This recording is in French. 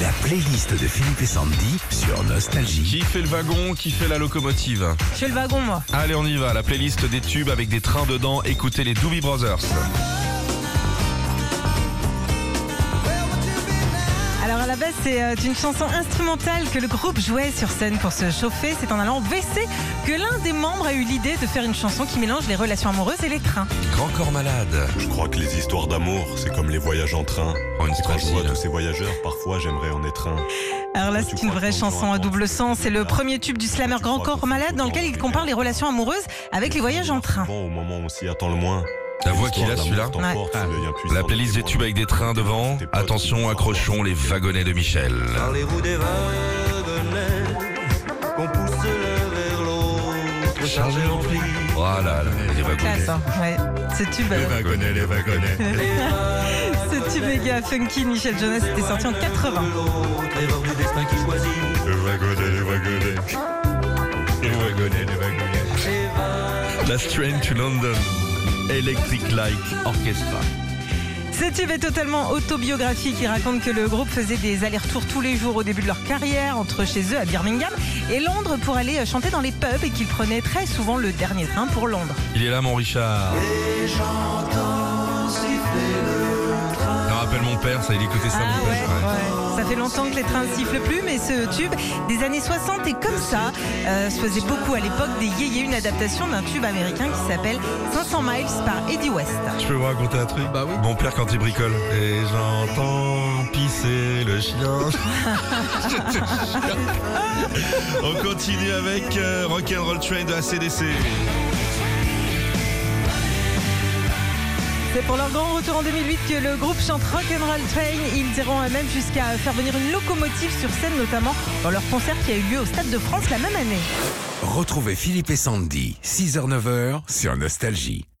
La playlist de Philippe et Sandy sur Nostalgie. Qui fait le wagon, qui fait la locomotive? Je fais le wagon, moi. Allez, on y va, la playlist des tubes avec des trains dedans. Écoutez les Doobie Brothers. Alors à la base, c'est une chanson instrumentale que le groupe jouait sur scène pour se chauffer. C'est en allant au WC que l'un des membres a eu l'idée de faire une chanson qui mélange les relations amoureuses et les trains. Grand corps malade. Je crois que les histoires d'amour, c'est comme les voyages en train. Oh, une Et quand je vois facile. tous ces voyageurs, parfois j'aimerais en être un. Alors là, c'est une vraie chanson à double sens. C'est le premier tube du slammer Grand Corps Malade dans lequel il compare les relations amoureuses avec les voyages en train. Au moment où on s'y attend le moins. La voix qu'il a, celui-là. La playlist des tubes avec des trains devant. Attention, accrochons les wagonnets de Michel. Parlez-vous des wagonnets qu'on pousse l'un vers l'autre, chargés remplis. Voilà, les wagonnets. Classe, hein. Ouais. Ce tube, les wagonnets. ce tube méga funky de Michel Jonas était sorti en 80. L'erreur du destin qui choisit. Les wagonnets. Last Train to London. Electric Light Orchestra. Ce tube est totalement autobiographique. Il raconte que le groupe faisait des allers-retours tous les jours au début de leur carrière entre chez eux à Birmingham et Londres pour aller chanter dans les pubs et qu'ils prenaient très souvent le dernier train pour Londres. Il est là, mon Richard. Et j'entends siffler le train. Ça rappelle mon père, ça, il écoutait ça, mon père. Ça fait longtemps que les trains ne sifflent plus, mais ce tube des années 60 est comme ça. Se faisait beaucoup à l'époque des yéyés, une adaptation d'un tube américain qui s'appelle 500 Miles par Eddie West. Je peux vous raconter un truc? Bah oui. Mon père, quand il bricole, et j'entends pisser le chien. On continue avec Rock'n'Roll Train de AC/DC. C'est pour leur grand retour en 2008 que le groupe chante Rock'n'Roll Train. Ils iront même jusqu'à faire venir une locomotive sur scène, notamment dans leur concert qui a eu lieu au Stade de France la même année. Retrouvez Philippe et Sandy, 6h-9h sur Nostalgie.